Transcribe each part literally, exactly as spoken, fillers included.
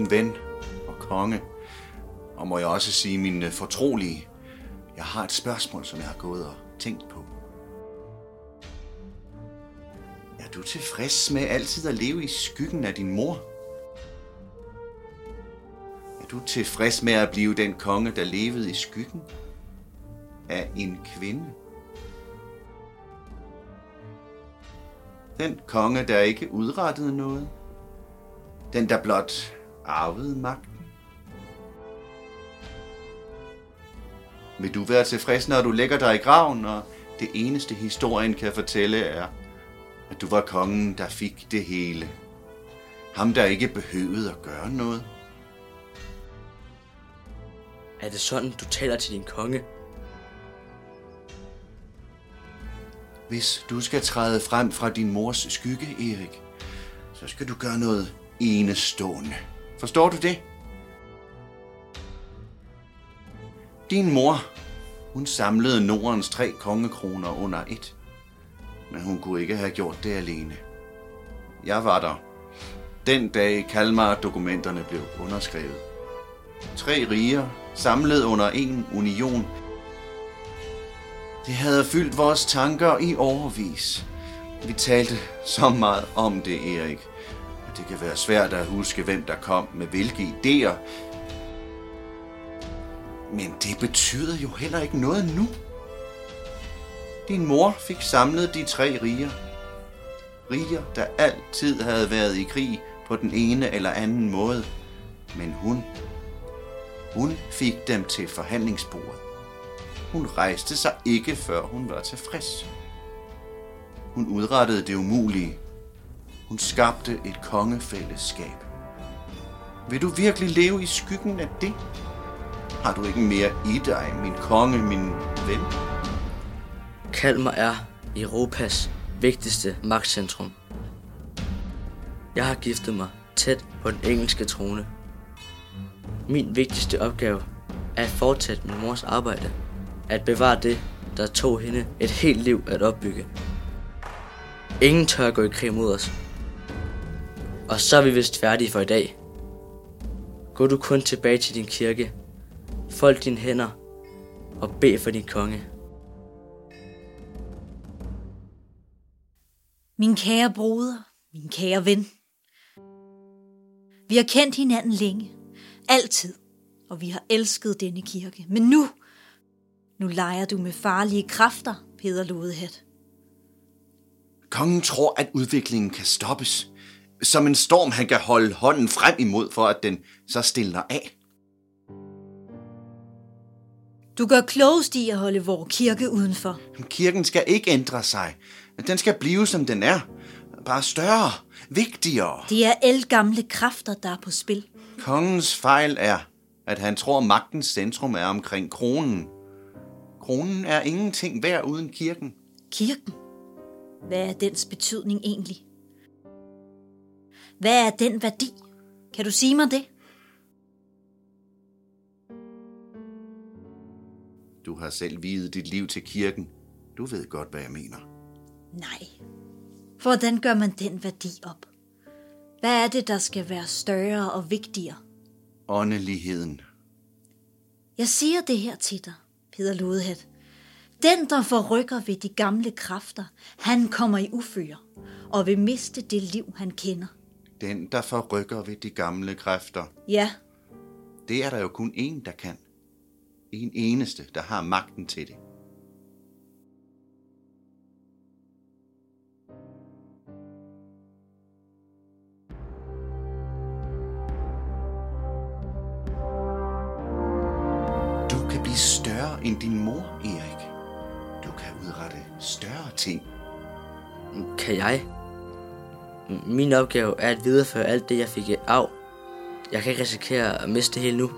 min ven og konge, og må jeg også sige min fortrolige, jeg har et spørgsmål, som jeg har gået og tænkt på. Er du tilfreds med altid at leve i skyggen af din mor? Er du tilfreds med at blive den konge, der levede i skyggen af en kvinde? Den konge, der ikke udrettede noget? Den, der blot arvede magten? Vil du være tilfreds, når du lægger dig i graven, og det eneste historien kan fortælle er, at du var kongen, der fik det hele? Ham, der ikke behøvede at gøre noget? Er det sådan, du taler til din konge? Hvis du skal træde frem fra din mors skygge, Erik, så skal du gøre noget enestående. Forstår du det? Din mor, hun samlede Nordens tre kongekroner under et. Men hun kunne ikke have gjort det alene. Jeg var der. Den dag Kalmar-dokumenterne blev underskrevet. Tre riger, samlet under en union. Det havde fyldt vores tanker i årevis. Vi talte så meget om det, Erik. Det kan være svært at huske, hvem der kom med hvilke idéer. Men det betyder jo heller ikke noget nu. Din mor fik samlet de tre riger. Riger, der altid havde været i krig på den ene eller anden måde. Men hun, hun fik dem til forhandlingsbordet. Hun rejste sig ikke, før hun var tilfreds. Hun udrettede det umulige. Hun skabte et kongefællesskab. Vil du virkelig leve i skyggen af det? Har du ikke mere i dig, min konge, min ven? Kalmar er Europas vigtigste magtcentrum. Jeg har giftet mig tæt på den engelske trone. Min vigtigste opgave er at fortsætte min mors arbejde. At bevare det, der tog hende et helt liv at opbygge. Ingen tør gå i krig mod os. Og så er vi vist færdige for i dag. Gå du kun tilbage til din kirke. Fold dine hænder og bed for din konge. Min kære broder, min kære ven. Vi har kendt hinanden længe, altid, og vi har elsket denne kirke. Men nu, nu leger du med farlige kræfter, Peder Lodehat. Kongen tror, at udviklingen kan stoppes. Som en storm, han kan holde hånden frem imod, for at den så stiller af. Du gør klogest i at holde vor kirke udenfor. Kirken skal ikke ændre sig. Den skal blive, som den er. Bare større, vigtigere. Det er ældgamle kræfter, der er på spil. Kongens fejl er, at han tror, magtens centrum er omkring kronen. Kronen er ingenting værd uden kirken. Kirken? Hvad er dens betydning egentlig? Hvad er den værdi? Kan du sige mig det? Du har selv viet dit liv til kirken. Du ved godt, hvad jeg mener. Nej. Hvordan gør man den værdi op? Hvad er det, der skal være større og vigtigere? Åndeligheden. Jeg siger det her til dig, Peder Lodehat. Den, der forrykker ved de gamle kræfter, han kommer i uføre og vil miste det liv, han kender. Den, der forrykker ved de gamle kræfter. Ja. Det er der jo kun én, der kan. En eneste, der har magten til det. Du kan blive større end din mor, Erik. Du kan udrette større ting. Kan jeg? Min opgave er at videreføre alt det, jeg fik i arv. Jeg kan ikke risikere at miste det hele nu.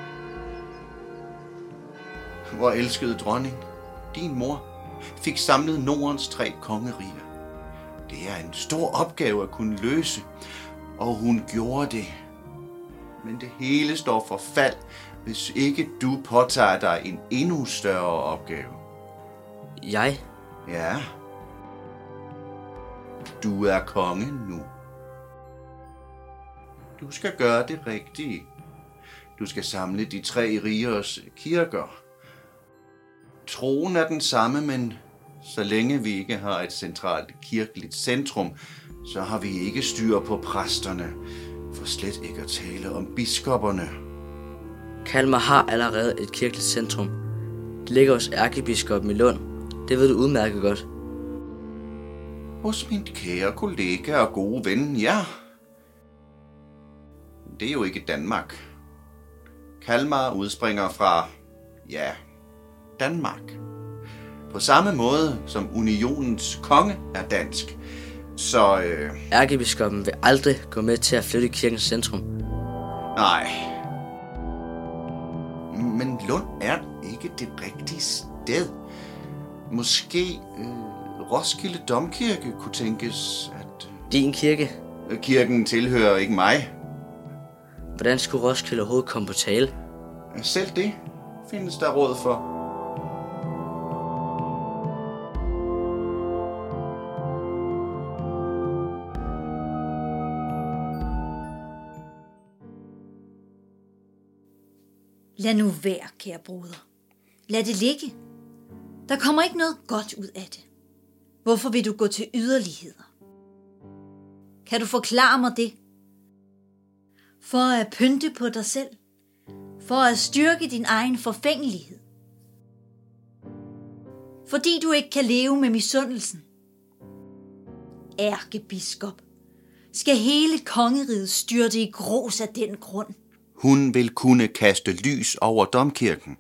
Vor elskede dronning, din mor, fik samlet Nordens tre kongeriger. Det er en stor opgave at kunne løse, og hun gjorde det. Men det hele står for fald, hvis ikke du påtager dig en endnu større opgave. Jeg? Ja. Du er konge nu. Du skal gøre det rigtige. Du skal samle de tre rigers kirker. Troen er den samme, men så længe vi ikke har et centralt kirkeligt centrum, så har vi ikke styr på præsterne, for slet ikke at tale om biskopperne. Kalmar har allerede et kirkeligt centrum. Det ligger hos ærkebiskoppen i Lund. Det ved du udmærket godt. Hos min kære kollega og gode ven, ja. Det er jo ikke Danmark. Kalmar udspringer fra, ja, Danmark. På samme måde som unionens konge er dansk. Så øh... ærkebiskoppen vil aldrig gå med til at flytte kirkens centrum. Nej. Men Lund er ikke det rigtige sted. Måske øh, Roskilde Domkirke kunne tænkes, at... Øh, Din kirke? Kirken tilhører ikke mig. Hvordan skulle Roskilde overhovedet komme på tale? Selv det findes der råd for. Lad nu være, kære broder. Lad det ligge. Der kommer ikke noget godt ud af det. Hvorfor vil du gå til yderligheder? Kan du forklare mig det? For at pynte på dig selv? For at styrke din egen forfængelighed? Fordi du ikke kan leve med misundelsen? Ærkebiskop, skal hele kongeriget styrte i grus af den grund? Hun vil kunne kaste lys over domkirken.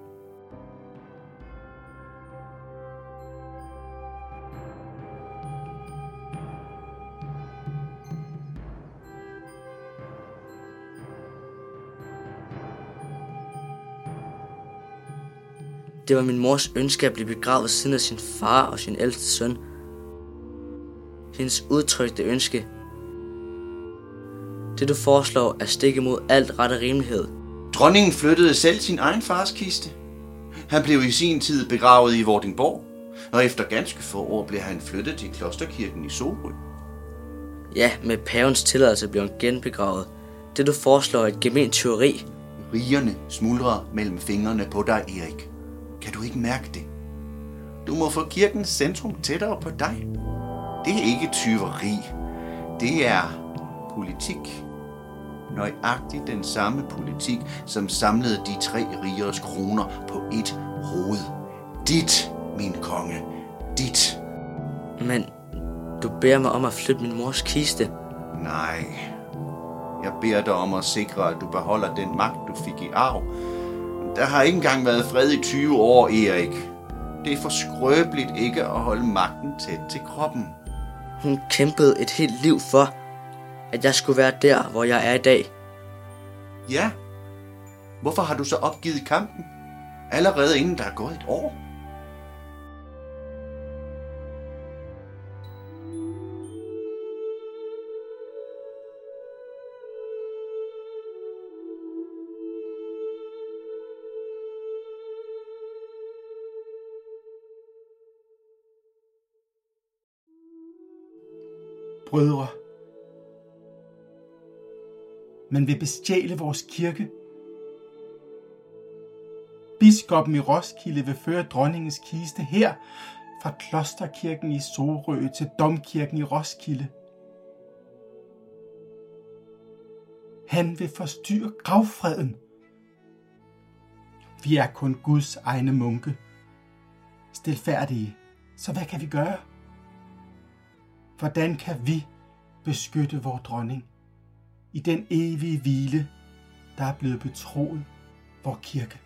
Det var min mors ønske at blive begravet ved siden af sin far og sin ældste søn. Hendes udtrykte ønske. Det du foreslår er stik imod alt ret og rimelighed. Dronningen flyttede selv sin egen fars kiste. Han blev i sin tid begravet i Vordingborg, og efter ganske få år blev han flyttet til klosterkirken i Sorø. Ja, med pavens tilladelse blev han genbegravet. Det du foreslår er et gement tyveri. Rigerne smuldrer mellem fingrene på dig, Erik. Kan du ikke mærke det? Du må få kirkens centrum tættere på dig. Det er ikke tyveri. Det er politik. Nøjagtigt den samme politik, som samlede de tre rigers kroner på et hoved. Dit, min konge. Dit. Men du beder mig om at flytte min mors kiste. Nej. Jeg beder dig om at sikre, at du beholder den magt, du fik i arv. Der har ikke engang været fred i tyve år, Erik. Det er for skrøbeligt ikke at holde magten tæt til kroppen. Hun kæmpede et helt liv for, at jeg skulle være der, hvor jeg er i dag. Ja. Hvorfor har du så opgivet kampen? Allerede inden der er gået et år? Brødre, man vil bestjæle vores kirke. Biskoppen i Roskilde vil føre dronningens kiste her fra klosterkirken i Sorø til domkirken i Roskilde. Han vil forstyrre gravfreden. Vi er kun Guds egne munke. Stilfærdige. Så hvad kan vi gøre? Hvordan kan vi beskytte vor dronning i den evige hvile, der er blevet betroet vor kirke?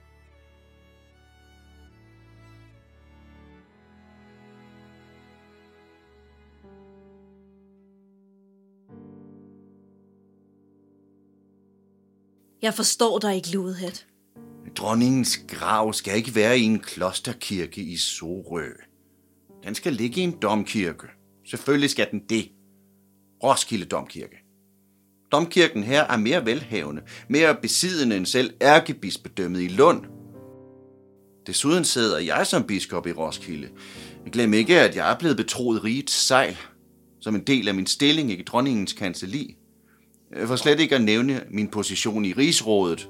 Jeg forstår dig ikke, Lodehat. Dronningens grav skal ikke være i en klosterkirke i Sorø. Den skal ligge i en domkirke. Selvfølgelig skal den det. Roskilde Domkirke. Domkirken her er mere velhavende, mere besiddende end selv ærkebispedømmet i Lund. Desuden sidder jeg som biskop i Roskilde. Glem ikke, at jeg er blevet betroet rigets sejl, som en del af min stilling i dronningens kancelli. For slet ikke at nævne min position i rigsrådet.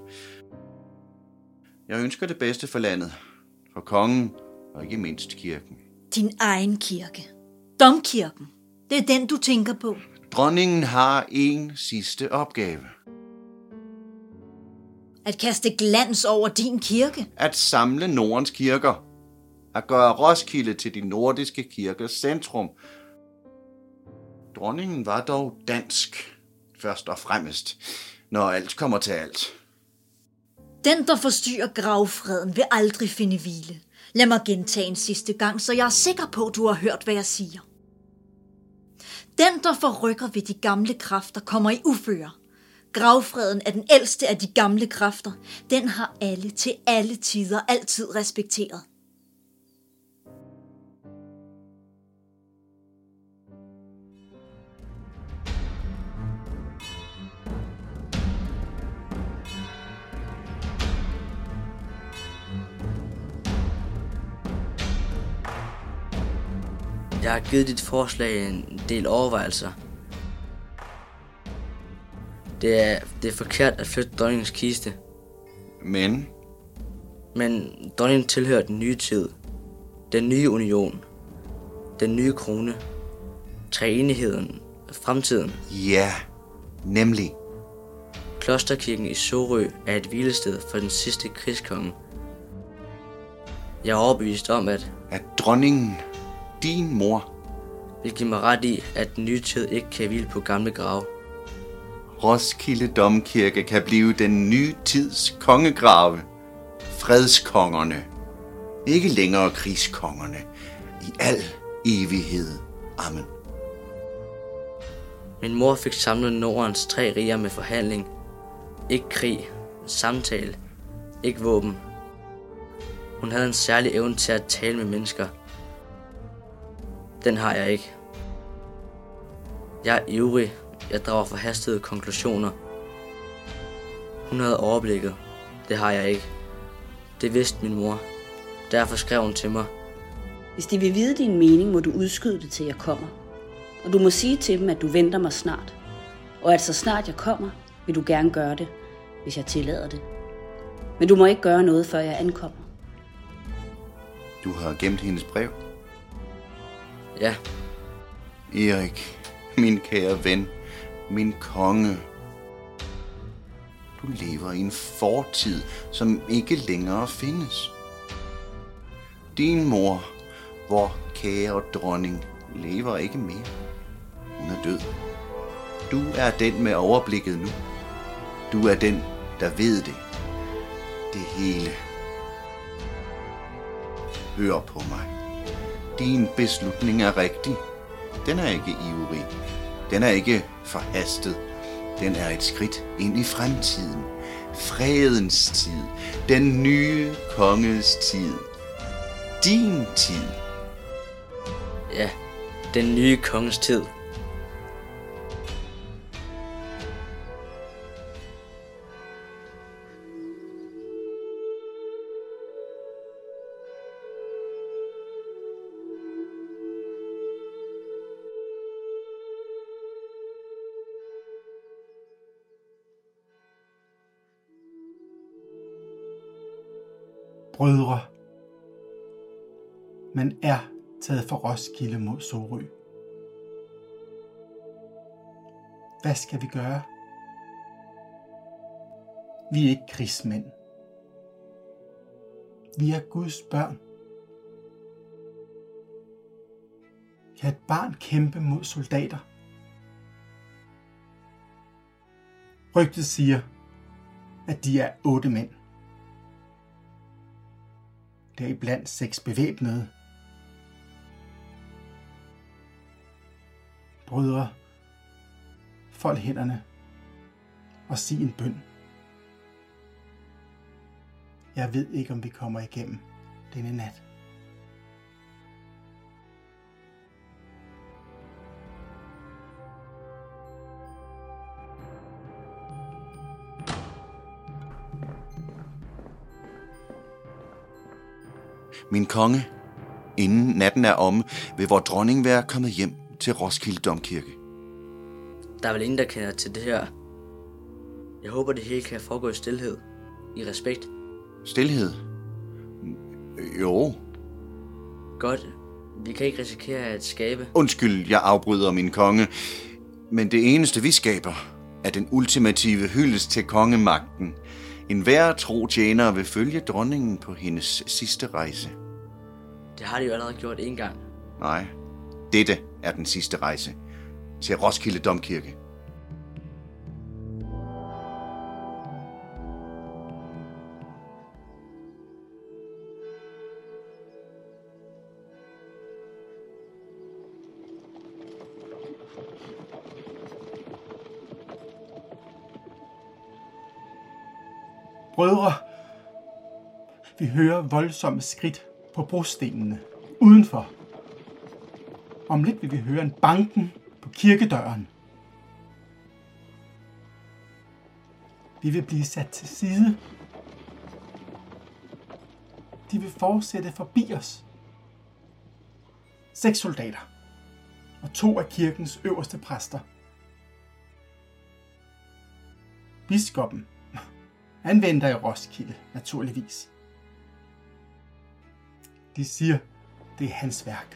Jeg ønsker det bedste for landet, for kongen og ikke mindst kirken. Din egen kirke. Domkirken. Det er den, du tænker på. Dronningen har en sidste opgave. At kaste glans over din kirke. At samle Nordens kirker. At gøre Roskilde til de nordiske kirkers centrum. Dronningen var dog dansk, først og fremmest, når alt kommer til alt. Den, der forstyrrer gravfreden, vil aldrig finde hvile. Lad mig gentage en sidste gang, så jeg er sikker på, at du har hørt, hvad jeg siger. Den, der forrykker ved de gamle kræfter, kommer i uføre. Gravfreden er den ældste af de gamle kræfter. Den har alle til alle tider altid respekteret. Jeg har givet dit forslag en del overvejelser. Det er, det er forkert at flytte dronningens kiste. Men? Men dronningen tilhører den nye tid. Den nye union. Den nye krone. Treenigheden. Fremtiden. Ja, nemlig. Klosterkirken i Sorø er et hvilested for den sidste krigskonge. Jeg er overbevist om, at... At dronningen, din mor, vil give mig ret i, at den nye tid ikke kan hvile på gamle grave. Roskilde Domkirke kan blive den nye tids kongegrave. Fredskongerne. Ikke længere krigskongerne. I al evighed. Amen. Min mor fik samlet Nordens tre riger med forhandling. Ikke krig, samtale, ikke våben. Hun havde en særlig evne til at tale med mennesker. Den har jeg ikke. Jeg er ivrig. Jeg drager forhastede konklusioner. Hun havde overblikket. Det har jeg ikke. Det vidste min mor. Derfor skrev hun til mig. Hvis de vil vide din mening, må du udskyde det til jeg kommer. Og du må sige til dem, at du venter mig snart. Og at så snart jeg kommer, vil du gerne gøre det, hvis jeg tillader det. Men du må ikke gøre noget, før jeg ankommer. Du har gemt hendes brev? Ja. Erik, min kære ven, min konge. Du lever i en fortid, som ikke længere findes. Din mor, vor kære dronning, lever ikke mere. Hun er død. Du er den med overblikket nu. Du er den, der ved det. Det hele. Hør på mig. Din beslutning er rigtig. Den er ikke ivrig. Den er ikke forhastet. Den er et skridt ind i fremtiden. Fredens tid. Den nye konges tid. Din tid. Ja, den nye konges tid. Brødre, man er taget fra Roskilde mod Sorø. Hvad skal vi gøre? Vi er ikke krigsmænd. Vi er Guds børn. Kan et barn kæmpe mod soldater? Rygtet siger, at de er otte mænd. Der er iblandt seks bevæbnede. Brødre, fold hænderne og sig en bøn. Jeg ved ikke, om vi kommer igennem denne nat. Min konge, inden natten er omme, vil vor dronning være kommet hjem til Roskilde Domkirke. Der er vel ingen, der kender til det her. Jeg håber, det hele kan foregå i stilhed. I respekt. Stilhed? Jo. Godt. Vi kan ikke risikere at skabe. Undskyld, jeg afbryder min konge. Men det eneste, vi skaber, er den ultimative hyldest til kongemagten. En hver tro tjener vil følge dronningen på hendes sidste rejse. Det har de jo allerede gjort en gang. Nej, dette er den sidste rejse. Til Roskilde Domkirke. Brødre, vi hører voldsomme skridt på brostenene udenfor. Om lidt vil vi høre en banken på kirkedøren. Vi vil blive sat til side. De vil fortsætte forbi os. Seks soldater og to af kirkens øverste præster. Biskoppen, han venter i Roskilde, naturligvis. De siger, det er hans værk.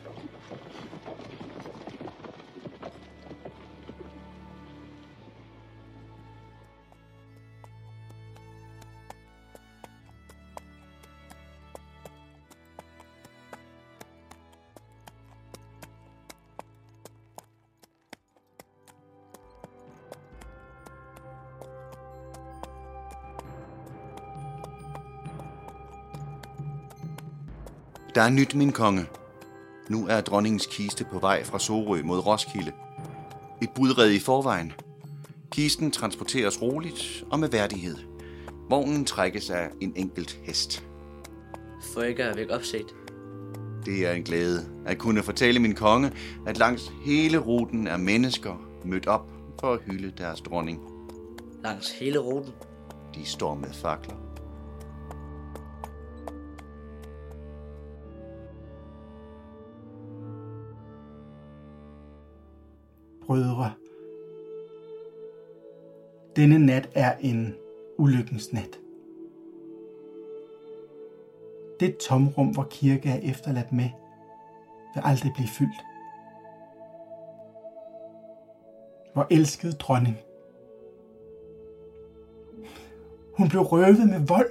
Der er nyt, min konge. Nu er dronningens kiste på vej fra Sorø mod Roskilde. Et budred i forvejen. Kisten transporteres roligt og med værdighed. Vognen trækkes af en enkelt hest. For ikke at vække opsigt. Det er en glæde at kunne fortælle min konge, at langs hele ruten er mennesker mødt op for at hylde deres dronning. Langs hele ruten? De står med fakler. Brødre, denne nat er en ulykkens nat. Det tomrum, hvor kirke er efterladt med, vil aldrig blive fyldt. Vor elskede dronning. Hun blev røvet med vold.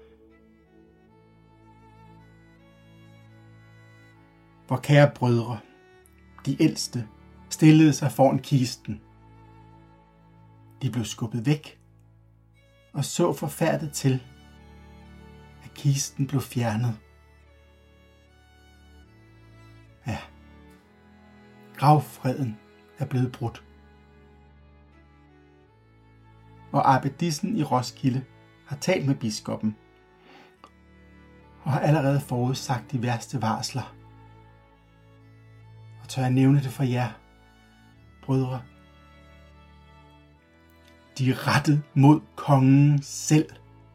Vor kære brødre, de ældste, stillede sig foran kisten. De blev skubbet væk og så forfærdet til, at kisten blev fjernet. Ja, gravfreden er blevet brudt. Og abbedissen i Roskilde har talt med biskoppen og har allerede forudsagt de værste varsler. Og tør jeg nævne det for jer, brødre? De er rettet mod kongen selv.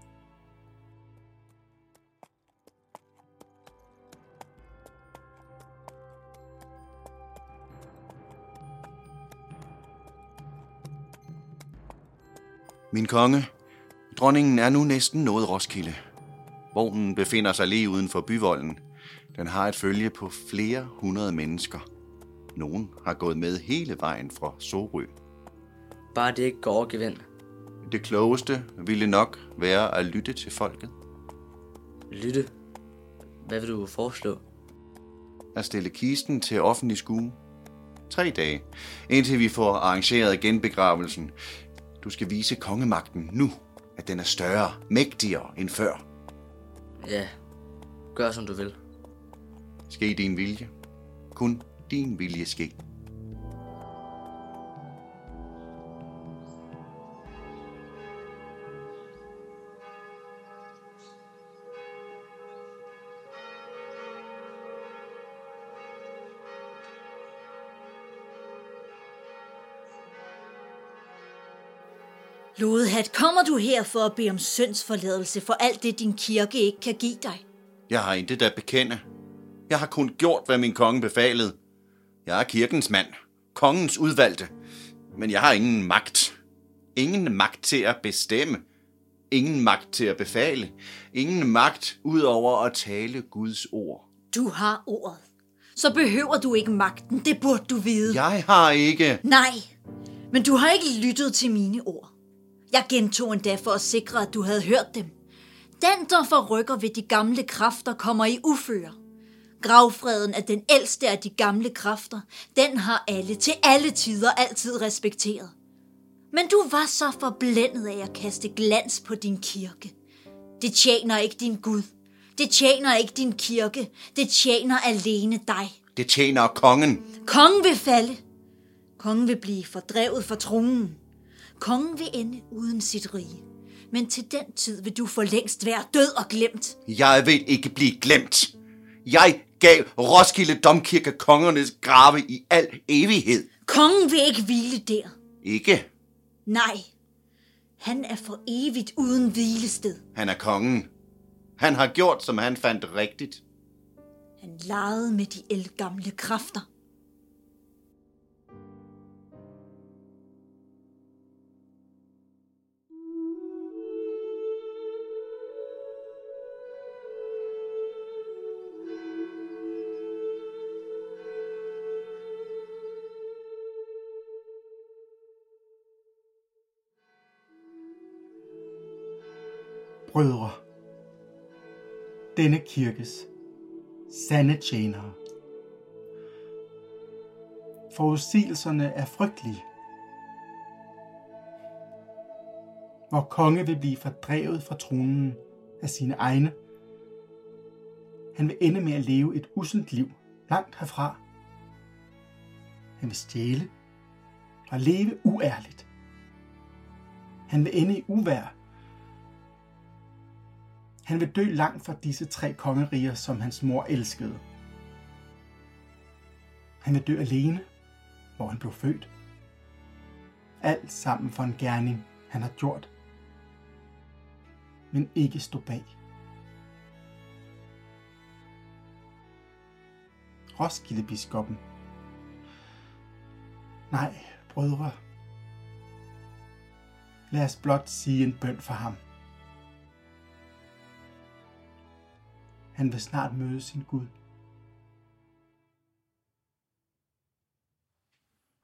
Min konge, dronningen er nu næsten nået Roskilde. Vognen befinder sig lige uden for byvolden. Den har et følge på flere hundrede mennesker. Nogen har gået med hele vejen fra Sorø. Bare det ikke går over gevind. Det klogeste ville nok være at lytte til folket. Lytte? Hvad vil du foreslå? At stille kisten til offentlig skue. Tre dage, indtil vi får arrangeret genbegravelsen. Du skal vise kongemagten nu, at den er større, mægtigere end før. Ja, gør som du vil. Ske din vilje. Kun din vilje ske. Lodehat, kommer du her for at bede om syndsforladelse for alt det, din kirke ikke kan give dig? Jeg har intet at bekende. Jeg har kun gjort, hvad min konge befalede. Jeg er kirkens mand, kongens udvalgte, men jeg har ingen magt. Ingen magt til at bestemme. Ingen magt til at befale. Ingen magt ud over at tale Guds ord. Du har ordet. Så behøver du ikke magten. Det burde du vide. Jeg har ikke. Nej, men du har ikke lyttet til mine ord. Jeg gentog endda for at sikre, at du havde hørt dem. Den, der forrykker ved de gamle kræfter, kommer i uføre. Gravfreden er den ældste af de gamle kræfter. Den har alle til alle tider altid respekteret. Men du var så forblændet af at kaste glans på din kirke. Det tjener ikke din Gud. Det tjener ikke din kirke. Det tjener alene dig. Det tjener kongen. Kongen vil falde. Kongen vil blive fordrevet fra tronen. Kongen vil ende uden sit rige. Men til den tid vil du for længst være død og glemt. Jeg vil ikke blive glemt. Jeg gav Roskilde Domkirke kongernes grave i al evighed. Kongen vil ikke hvile der. Ikke? Nej. Han er for evigt uden hvilested. Han er kongen. Han har gjort, som han fandt rigtigt. Han legede med de ældgamle kræfter. Brødre, denne kirkes sande tjenere. Forudsigelserne er frygtelige. Hvor konge vil blive fordrevet fra tronen af sine egne. Han vil ende med at leve et usselt liv langt herfra. Han vil stjæle og leve uærligt. Han vil ende i uvejr. Han vil dø langt fra disse tre kongeriger, som hans mor elskede. Han vil dø alene, hvor han blev født. Alt sammen for en gerning, han har gjort, men ikke stå bag. Roskildebiskoppen. Nej, brødre. Lad os blot sige en bøn for ham. Han vil snart møde sin Gud.